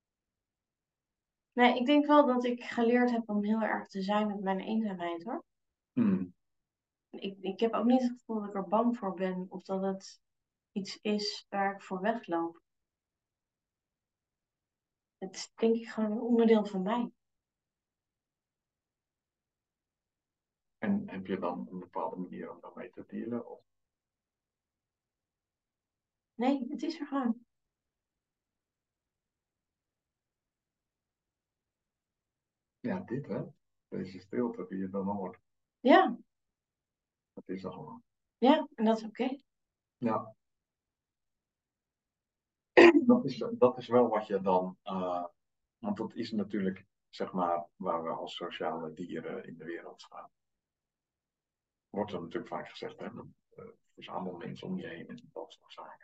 Nee, ik denk wel dat ik geleerd heb om heel erg te zijn met mijn eenzaamheid, hoor. Hmm. Ik, ik heb ook niet het gevoel dat ik er bang voor ben. Of dat het iets is waar ik voor wegloop. Het is denk ik gewoon een onderdeel van mij. En heb je dan een bepaalde manier om daarmee te dealen? Of? Nee, het is er gewoon. Ja, dit hè. Deze stilte die je dan hoort. Ja. Dat is er gewoon. Ja, en dat is oké. Okay. Ja. Dat is, dat is wel wat je dan... Uh, want dat is natuurlijk, zeg maar, waar we als sociale dieren in de wereld staan. Wordt er natuurlijk vaak gezegd, hè. Uh, verzamel mensen om je heen en dat soort zaken.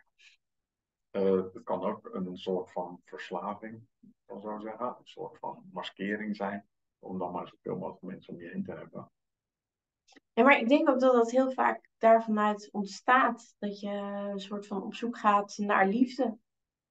Uh, het kan ook een soort van verslaving, dan zou ik zeggen. Een soort van maskering zijn. Om dan maar zoveel mogelijk mensen om je heen te hebben. Ja, maar ik denk ook dat dat heel vaak daar vanuit ontstaat. Dat je een soort van op zoek gaat naar liefde.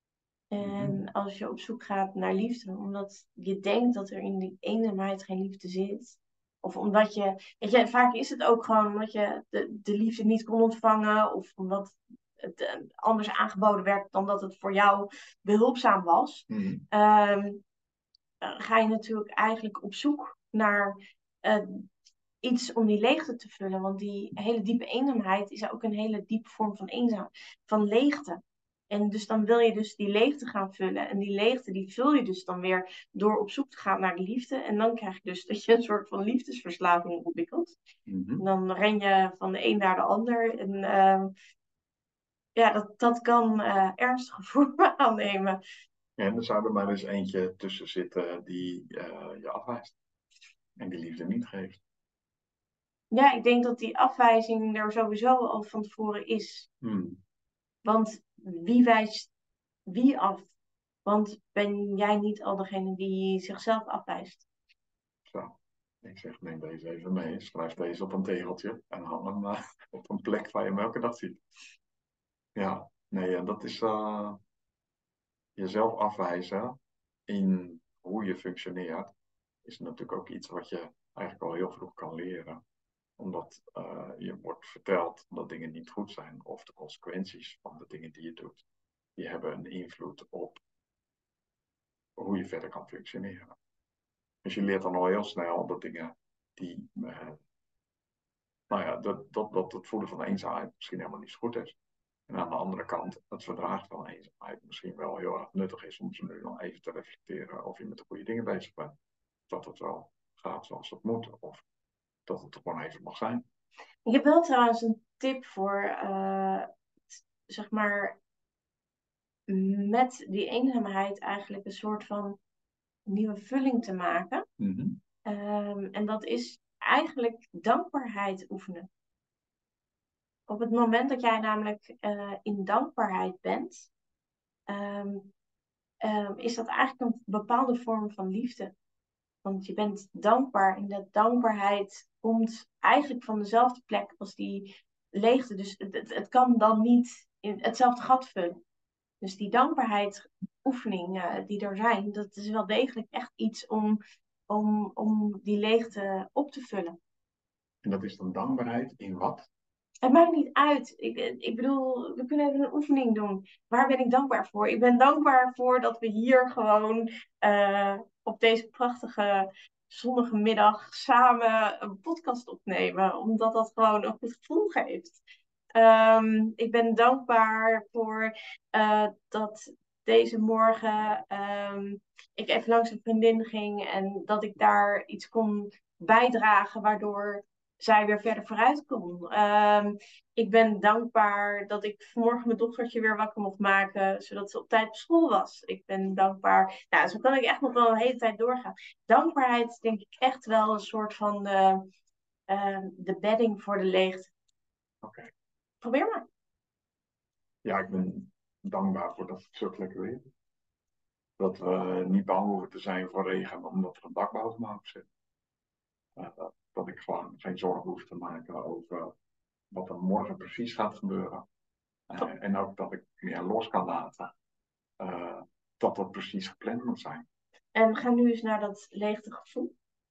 En mm-hmm. als je op zoek gaat naar liefde, omdat je denkt dat er in die eenzaamheid geen liefde zit. Of omdat je, weet je, vaak is het ook gewoon omdat je de, de liefde niet kon ontvangen. Of omdat het anders aangeboden werd dan dat het voor jou behulpzaam was. Mm-hmm. Um, ga je natuurlijk eigenlijk op zoek naar uh, iets om die leegte te vullen. Want die hele diepe eenzaamheid is ook een hele diepe vorm van eenzaam, van leegte. En dus dan wil je dus die leegte gaan vullen. En die leegte die vul je dus dan weer door op zoek te gaan naar de liefde. En dan krijg je dus dat je een soort van liefdesverslaving ontwikkelt. Mm-hmm. En dan ren je van de een naar de ander. En uh, ja, dat, dat kan uh, ernstige vormen aannemen. En er zou er maar eens eentje tussen zitten die uh, je afwijst. En die liefde niet geeft. Ja, ik denk dat die afwijzing er sowieso al van tevoren is. Hmm. Want wie wijst wie af? Want ben jij niet al degene die zichzelf afwijst? Zo, ik zeg, neem deze even mee. Schrijf deze op een tegeltje en hang hem uh, op een plek waar je hem elke dag ziet. Ja, nee, dat is uh, jezelf afwijzen in hoe je functioneert. Is natuurlijk ook iets wat je eigenlijk al heel vroeg kan leren. Omdat uh, je wordt verteld dat dingen niet goed zijn. Of de consequenties van de dingen die je doet. Die hebben een invloed op hoe je verder kan functioneren. Dus je leert dan al heel snel dat dingen die, uh, nou ja, dat, dat, dat het voelen van eenzaamheid misschien helemaal niet zo goed is. En aan de andere kant, het verdragen van eenzaamheid misschien wel heel erg nuttig is om ze nu dan even te reflecteren of je met de goede dingen bezig bent. Dat het wel gaat zoals het moet, of dat het er gewoon even mag zijn. Ik heb wel trouwens een tip voor, uh, zeg maar, met die eenzaamheid eigenlijk een soort van nieuwe vulling te maken. Mm-hmm. Um, en dat is eigenlijk dankbaarheid oefenen. Op het moment dat jij namelijk uh, in dankbaarheid bent, um, um, is dat eigenlijk een bepaalde vorm van liefde. Want je bent dankbaar en de dankbaarheid komt eigenlijk van dezelfde plek als die leegte. Dus het, het, het kan dan niet in hetzelfde gat vullen. Dus die dankbaarheidsoefeningen die er zijn, dat is wel degelijk echt iets om, om, om die leegte op te vullen. En dat is dan dankbaarheid in wat? Het maakt niet uit. Ik, ik bedoel, we kunnen even een oefening doen. Waar ben ik dankbaar voor? Ik ben dankbaar voor dat we hier gewoon uh, op deze prachtige zonnige middag samen een podcast opnemen. Omdat dat gewoon een goed gevoel geeft. Um, ik ben dankbaar voor uh, dat deze morgen um, ik even langs een vriendin ging. En dat ik daar iets kon bijdragen waardoor zij weer verder vooruit kon. Um, ik ben dankbaar dat ik vanmorgen mijn dochtertje weer wakker mocht maken, zodat ze op tijd op school was. Ik ben dankbaar. Nou, zo kan ik echt nog wel een hele tijd doorgaan. Dankbaarheid is denk ik echt wel een soort van de, uh, de bedding voor de leegte. Oké. Okay. Probeer maar. Ja, ik ben dankbaar voor dat het zo lekker weer is. Dat we niet bang hoeven te zijn voor regen, omdat er een dak boven me zit. Uh, dat, dat ik gewoon geen zorgen hoef te maken over wat er morgen precies gaat gebeuren. Uh, en ook dat ik meer los kan laten. Uh, dat dat precies gepland moet zijn. En ga nu eens naar dat leegtegevoel.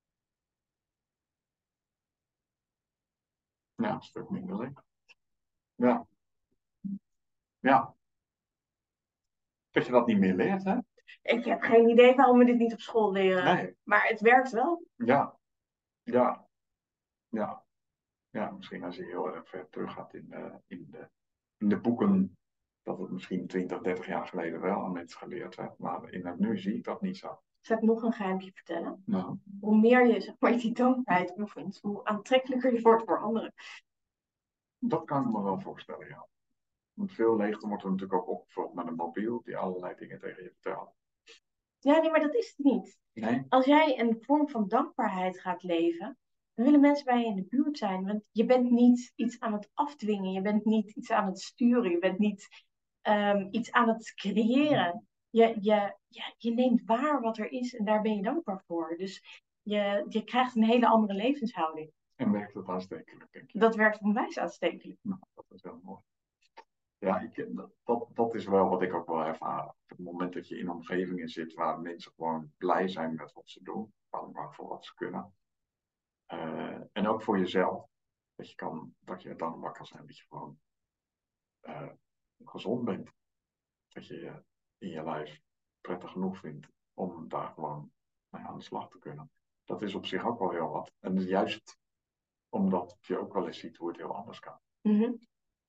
Ja, een stuk minder leeg. Ja. Ja. Dat je dat niet meer leert, hè? Ik heb geen idee waarom we dit niet op school leren. Nee. Maar het werkt wel. Ja. Ja. Ja. Ja, misschien als je heel erg ver terug gaat in de, in de, in de boeken, dat het misschien twintig, dertig jaar geleden wel aan mensen geleerd werd. Maar in het nu zie ik dat niet zo. Zal ik nog een geheimje vertellen? Nou. Hoe meer je zeg maar, die dankbaarheid oefent, hoe aantrekkelijker je wordt voor anderen. Dat kan ik me wel voorstellen, ja. Want veel leegte wordt er natuurlijk ook opgevuld met een mobiel die allerlei dingen tegen je vertelt. Ja, nee, maar dat is het niet. Nee? Als jij een vorm van dankbaarheid gaat leven, dan willen mensen bij je in de buurt zijn. Want je bent niet iets aan het afdwingen, je bent niet iets aan het sturen, je bent niet um, iets aan het creëren. Je, je, je, je neemt waar wat er is en daar ben je dankbaar voor. Dus je, je krijgt een hele andere levenshouding. En werkt het aanstekelijk, denk je? Dat werkt onwijs aanstekelijk. Nou, dat is heel mooi. Ja, ik, dat, dat is wel wat ik ook wel ervaar. Op het moment dat je in omgevingen zit waar mensen gewoon blij zijn met wat ze doen, dankbaar voor wat ze kunnen. Uh, en ook voor jezelf. Dat je, kan, dat je dankbaar kan zijn dat je gewoon uh, gezond bent. Dat je je in je lijf prettig genoeg vindt om daar gewoon mee aan de slag te kunnen. Dat is op zich ook wel heel wat. En juist omdat je ook wel eens ziet hoe het heel anders kan. Mm-hmm.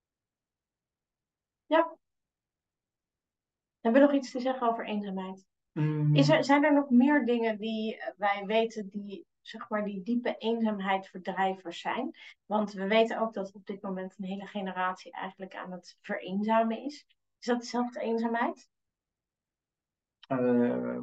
Ja. Hebben we nog iets te zeggen over eenzaamheid? Mm. Is er, zijn er nog meer dingen die wij weten die, zeg maar, die diepe eenzaamheid verdrijvers zijn? Want we weten ook dat op dit moment een hele generatie eigenlijk aan het vereenzamen is. Is dat dezelfde eenzaamheid? Uh,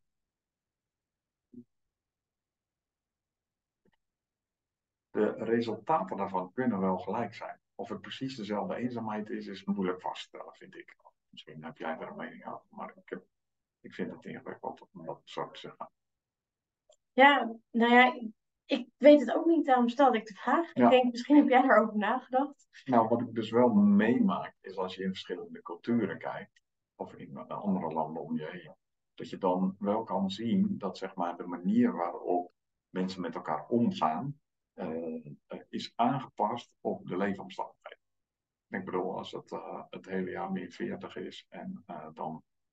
de resultaten daarvan kunnen wel gelijk zijn. Of het precies dezelfde eenzaamheid is, is moeilijk vast te stellen, vind ik. Misschien heb jij daar een mening over, maar ik, heb, ik vind het ingewikkeld om dat zo te zeggen. Ja, nou ja, ik weet het ook niet, daarom stelde ik de vraag. Ja. Ik denk, misschien heb jij daarover nagedacht. Nou, wat ik dus wel meemaak, is als je in verschillende culturen kijkt, of in andere landen om je heen, dat je dan wel kan zien dat, zeg maar, de manier waarop mensen met elkaar omgaan, uh, is aangepast op de leefomstandigheden. Ik bedoel, als het uh, het hele jaar min veertig is en uh, dan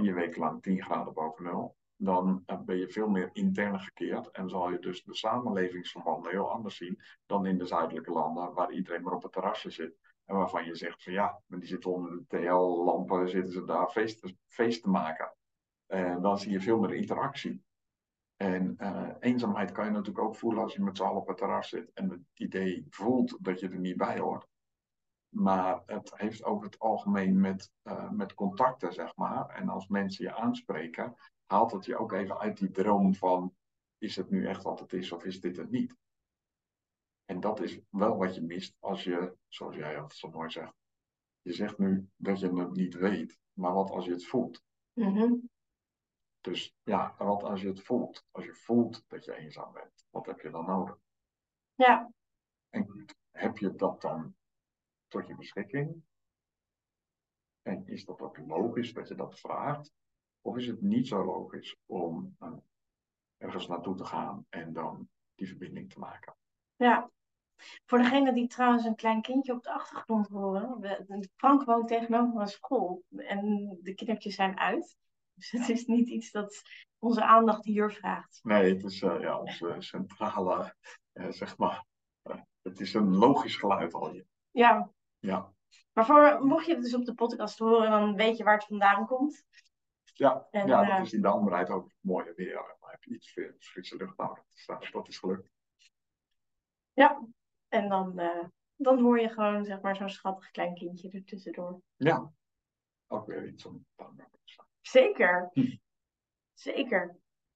vier weken lang tien graden boven nul, dan uh, ben je veel meer intern gekeerd en zal je dus de samenlevingsverbanden heel anders zien dan in de zuidelijke landen, waar iedereen maar op het terrasje zit. En waarvan je zegt van ja, maar die zitten onder de T L-lampen, zitten ze daar feest, feest te maken. En dan zie je veel meer interactie. En uh, eenzaamheid kan je natuurlijk ook voelen als je met z'n allen op het terras zit en het idee voelt dat je er niet bij hoort. Maar het heeft over het algemeen met, uh, met contacten, zeg maar. En als mensen je aanspreken, haalt het je ook even uit die droom van, is het nu echt wat het is of is dit het niet? En dat is wel wat je mist als je, zoals jij altijd zo mooi zegt, je zegt nu dat je het niet weet, maar wat als je het voelt? Mm-hmm. Dus ja, wat als je het voelt? Als je voelt dat je eenzaam bent, wat heb je dan nodig? Ja. En heb je dat dan tot je beschikking? En is dat ook logisch dat je dat vraagt? Of is het niet zo logisch om uh, ergens naartoe te gaan en dan die verbinding te maken? Ja. Voor degene die trouwens een klein kindje op de achtergrond horen. We, Frank woont tegenover een school. En de kindertjes zijn uit. Dus het is niet iets dat onze aandacht hier vraagt. Nee, het is uh, ja, onze centrale, uh, zeg maar. Uh, het is een logisch geluid al je. Ja. Ja. Maar voor, mocht je het dus op de podcast horen, dan weet je waar het vandaan komt. Ja, en, ja uh, dat is in dankbaarheid ook mooie weer. Dan heb je iets veel frisse lucht nodig. Dus dat, dat is gelukt. Ja, en dan, uh, dan hoor je gewoon zeg maar zo'n schattig klein kindje er tussendoor. Ja, ook weer iets om dankbaar te zijn. Zeker, hm. Zeker.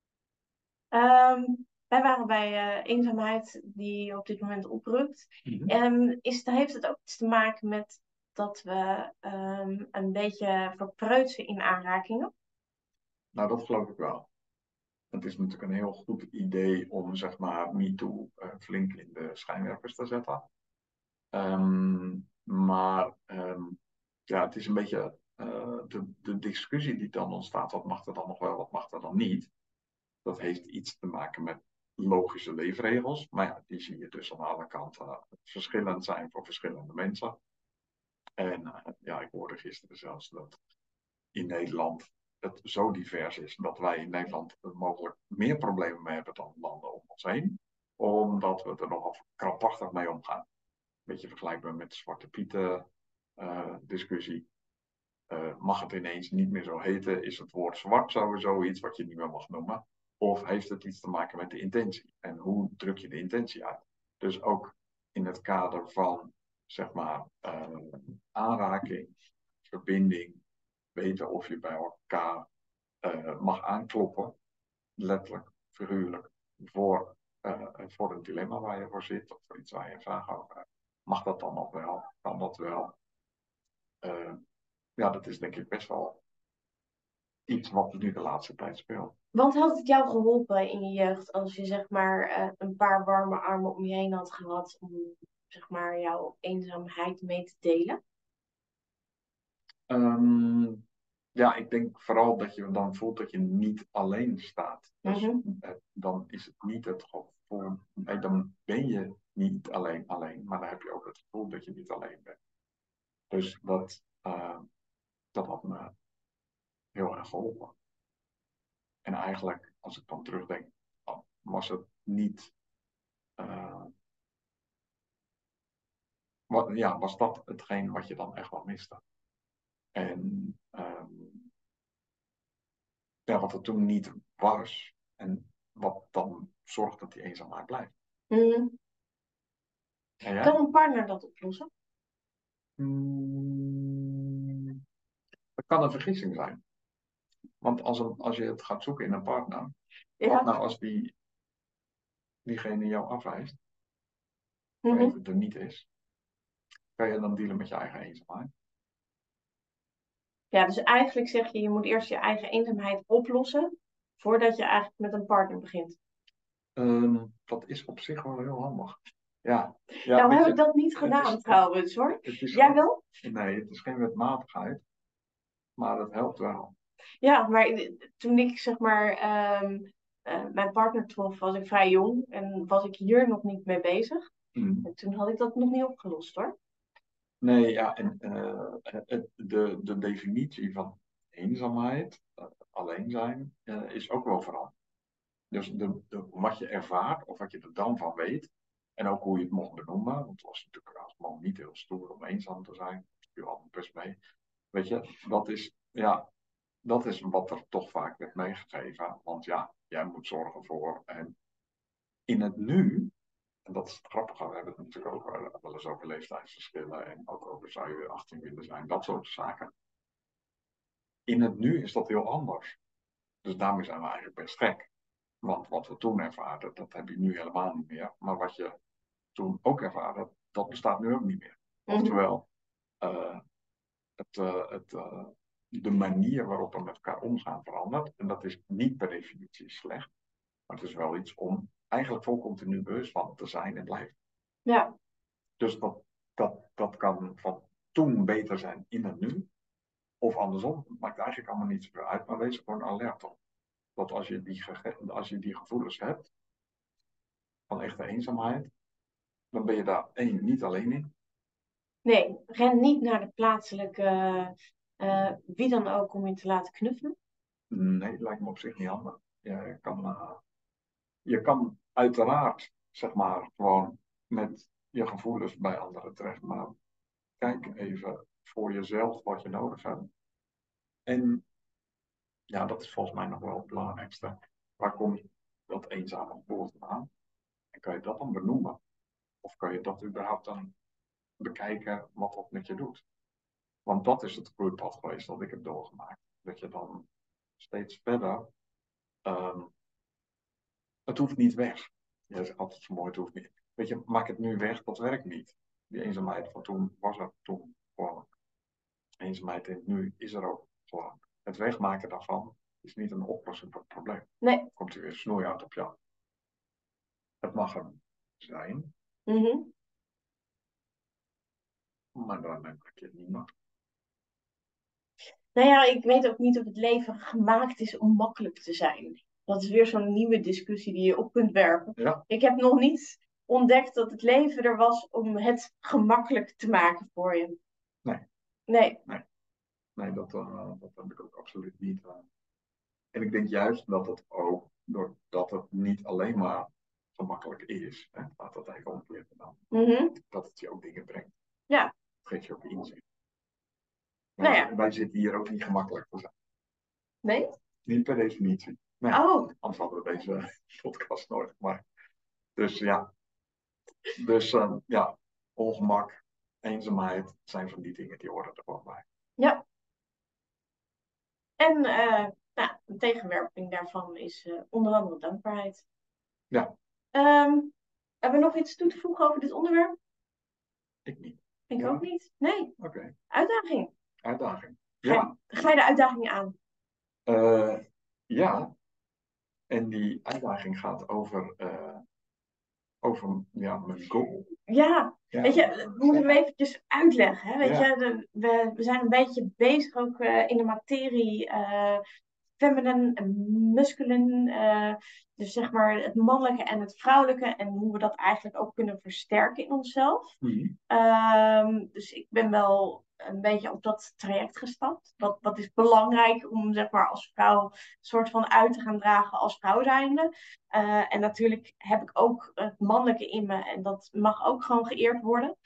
Um, wij waren bij uh, eenzaamheid die op dit moment oprukt. Mm-hmm. En is, heeft het ook iets te maken met dat we um, een beetje verpreutsen in aanrakingen? Nou, dat geloof ik wel. Het is natuurlijk een heel goed idee om, zeg maar, MeToo uh, flink in de schijnwerpers te zetten. Um, maar um, ja, het is een beetje uh, de, de discussie die dan ontstaat. Wat mag er dan nog wel, wat mag er dan niet? Dat heeft iets te maken met logische leefregels. Maar ja, die zie je dus aan alle kanten uh, verschillend zijn voor verschillende mensen. En uh, ja, ik hoorde gisteren zelfs dat in Nederland het zo divers is dat wij in Nederland mogelijk meer problemen mee hebben dan landen om ons heen. Omdat we er nogal krampachtig mee omgaan. Een beetje vergelijkbaar met de Zwarte Pieten uh, discussie. Uh, mag het ineens niet meer zo heten? Is het woord zwart sowieso iets wat je niet meer mag noemen? Of heeft het iets te maken met de intentie? En hoe druk je de intentie uit? Dus ook in het kader van, zeg maar, uh, aanraking, verbinding, weten of je bij elkaar uh, mag aankloppen, letterlijk, figuurlijk, voor, uh, voor een dilemma waar je voor zit, of voor iets waar je een vraag over hebt. Mag dat dan nog wel? Kan dat wel? Uh, ja, dat is denk ik best wel iets wat nu de laatste tijd speelt. Wat had het jou geholpen in je jeugd als je zeg maar uh, een paar warme armen om je heen had gehad om zeg maar jouw eenzaamheid mee te delen? Um, ja, ik denk vooral dat je dan voelt dat je niet alleen staat. Dus mm-hmm. uh, dan is het niet het gevoel, nee, dan ben je niet alleen alleen, maar dan heb je ook het gevoel dat je niet alleen bent. Dus dat, uh, dat had me heel erg geholpen. En eigenlijk, als ik dan terugdenk, was het niet, uh, wat, ja, was dat hetgeen wat je dan echt wel miste. En um, ja, wat er toen niet was en wat dan zorgt dat die eenzaamheid blijft. Mm. Kan een partner dat oplossen? Mm, dat kan een vergissing zijn. Want als, een, als je het gaat zoeken in een partner, ja. Wat nou als die, diegene jou afwijst, mm-hmm. Of er niet is, kan je dan dealen met je eigen eenzaamheid? Ja, dus eigenlijk zeg je, je moet eerst je eigen eenzaamheid oplossen, voordat je eigenlijk met een partner begint. Um, dat is op zich wel heel handig. Ja. Ja, nou heb je, ik dat niet gedaan is, trouwens hoor. Jij wel? Nee, het is geen wetmatigheid, maar het helpt wel. Ja, maar toen ik zeg maar um, uh, mijn partner trof, was ik vrij jong en was ik hier nog niet mee bezig. Mm. En toen had ik dat nog niet opgelost hoor. Nee, ja, en uh, het, de, de definitie van eenzaamheid, uh, alleen zijn, uh, is ook wel veranderd. Dus de, de, wat je ervaart, of wat je er dan van weet, en ook hoe je het mocht benoemen, want het was natuurlijk als man niet heel stoer om eenzaam te zijn, dat viel altijd best mee. Weet je, dat is, ja, dat is wat er toch vaak werd meegegeven. Want ja, jij moet zorgen voor. En in het nu, en dat is het grappige, we hebben het natuurlijk ook wel eens over leeftijdsverschillen en ook over zou je achttien willen zijn, dat soort zaken. In het nu is dat heel anders. Dus daarmee zijn we eigenlijk best gek. Want wat we toen ervaarden, dat heb je nu helemaal niet meer. Maar wat je toen ook ervaarde, dat bestaat nu ook niet meer. Mhm. Oftewel, uh, het, uh, het, uh, de manier waarop we met elkaar omgaan verandert. En dat is niet per definitie slecht. Maar het is wel iets om eigenlijk vol continu bewust van te zijn en blijven. Ja. Dus dat, dat, dat kan van toen beter zijn in het nu. Of andersom. Het maakt eigenlijk allemaal niet zoveel uit. Maar wees er gewoon alert op. Dat als je die, gege- als je die gevoelens hebt. Van echte eenzaamheid. Dan ben je daar één niet alleen in. Nee, ren niet naar de plaatselijke, uh, wie dan ook, om je te laten knuffelen. Nee, dat lijkt me op zich niet handig. Je kan, uh, je kan uiteraard, zeg maar, gewoon met je gevoelens bij anderen terecht. Maar kijk even voor jezelf wat je nodig hebt. En ja, dat is volgens mij nog wel het belangrijkste. Waar kom je dat eenzame gevoel vandaan? En kan je dat dan benoemen? Of kan je dat überhaupt dan bekijken wat dat met je doet? Want dat is het groeipad geweest dat ik heb doorgemaakt. Dat je dan steeds verder... Um, het hoeft niet weg. Je zegt altijd zo mooi, het hoeft niet. Weet je, maak het nu weg, dat werkt niet. Die eenzaamheid van toen was er toen gewoon. Eenzaamheid in het nu is er ook gewoon. Het wegmaken daarvan is niet een oplossing voor het probleem. Nee. Komt er weer snoeihard op jou. Het mag er zijn. Mm-hmm. Maar dan maak je het niet mag. Nou ja, ik weet ook niet of het leven gemaakt is om makkelijk te zijn. Dat is weer zo'n nieuwe discussie die je op kunt werpen. Ja. Ik heb nog niet ontdekt dat het leven er was om het gemakkelijk te maken voor je. Nee. Nee. Nee, nee dat, uh, dat heb ik ook absoluut niet. Uh. En ik denk juist dat het ook, doordat het niet alleen maar gemakkelijk is, hè, laat dat even omkeren dan, Mm-hmm. dat het je ook dingen brengt. Ja. Dat geeft je ook inzicht. Nou wij, ja. wij zitten hier ook niet gemakkelijk te zijn. Nee? Niet per definitie. Nee. Oh. Anders hadden we deze podcast nooit gemaakt. Dus ja. Dus uh, ja, ongemak, eenzaamheid zijn van die dingen die horen er gewoon bij. Ja. En uh, nou, de tegenwerping daarvan is uh, onder andere dankbaarheid. Ja. Um, hebben we nog iets toe te voegen over dit onderwerp? Ik niet. Ik ja. ook niet. Nee. Oké. Okay. Uitdaging. Uitdaging. Ga, ja. Ga je de uitdaging aan? Uh, ja. En die uitdaging gaat over, uh, over ja, mijn goal. Ja. ja, weet je, we moeten hem eventjes uitleggen. Hè? Weet ja. je, de, we, we zijn een beetje bezig ook uh, in de materie uh, feminine en masculine. Uh, dus zeg maar het mannelijke en het vrouwelijke. En hoe we dat eigenlijk ook kunnen versterken in onszelf. Mm-hmm. Um, dus ik ben wel een beetje op dat traject gestapt. Wat, wat is belangrijk om zeg maar als vrouw een soort van uit te gaan dragen als vrouw zijnde. Uh, en natuurlijk heb ik ook het mannelijke in me. En dat mag ook gewoon geëerd worden.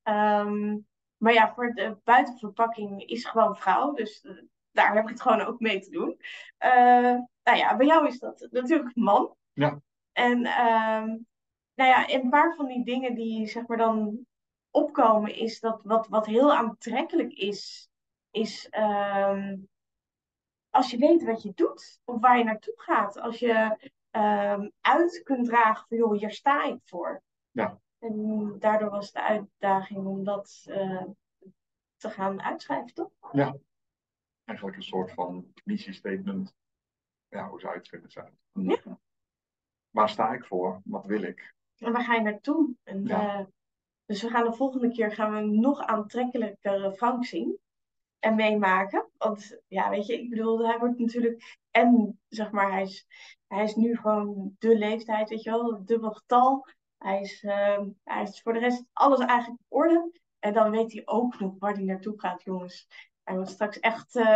Um, maar ja, voor de buitenverpakking is gewoon vrouw. Dus uh, daar heb ik het gewoon ook mee te doen. Uh, nou ja, bij jou is dat natuurlijk man. Ja. En um, nou ja, een paar van die dingen die zeg maar dan opkomen is dat wat, wat heel aantrekkelijk is, is um, als je weet wat je doet of waar je naartoe gaat. Als je um, uit kunt dragen van, joh, hier sta ik voor. Ja. En daardoor was de uitdaging om dat uh, te gaan uitschrijven, toch? Ja, eigenlijk een soort van missiestatement. Ja, hoe zou je het kunnen zijn? Ja. Waar sta ik voor? Wat wil ik? En waar ga je naartoe? En, ja. uh, dus we gaan de volgende keer gaan we een nog aantrekkelijker Frank zien. En meemaken. Want ja, weet je, ik bedoel, hij wordt natuurlijk. En zeg maar, hij is, hij is nu gewoon de leeftijd, weet je wel, het dubbel getal. Hij is, uh, hij is voor de rest alles eigenlijk op orde. En dan weet hij ook nog waar hij naartoe gaat, jongens. Hij wordt straks echt uh,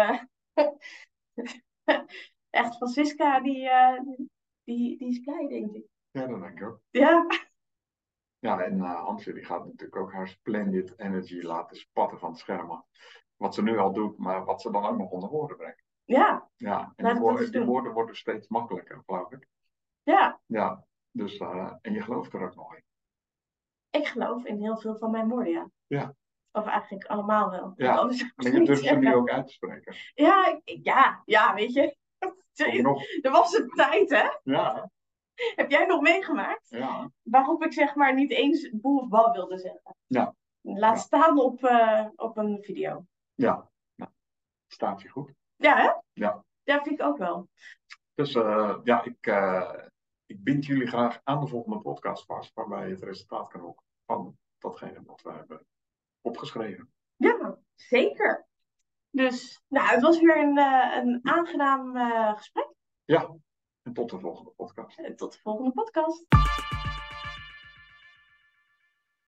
Echt, Francisca, die, uh, die, die is blij, denk ik. Ja, dat denk ik ook. Ja. Ja, en uh, Hansje die gaat natuurlijk ook haar splendid energy laten spatten van het scherm. Wat ze nu al doet, maar wat ze dan ook nog onder woorden brengt. Ja. Ja, en Laat die, ik dat woorden, eens die doen. woorden worden steeds makkelijker, geloof ik. Ja. Ja, dus, uh, en je gelooft er ook nog in. Ik geloof in heel veel van mijn woorden, ja. Ja. Of eigenlijk allemaal wel. Ja, maar je durft ze nu ook uit te spreken. Ja, ja, ja, weet je. Er was een tijd, hè? Ja. Heb jij nog meegemaakt? Ja. Waarop ik zeg maar niet eens boe of bal wilde zeggen. Ja. Laat ja. staan op, uh, op een video. Ja. Nou, staat je goed. Ja, hè? Ja. Ja, vind ik ook wel. Dus uh, ja, ik, uh, ik bind jullie graag aan de volgende podcast vast, waarbij je het resultaat kan horen van datgene wat we hebben opgeschreven. Ja, zeker. Dus, nou, het was weer een, uh, een aangenaam uh, gesprek. Ja, en tot de volgende podcast. En tot de volgende podcast.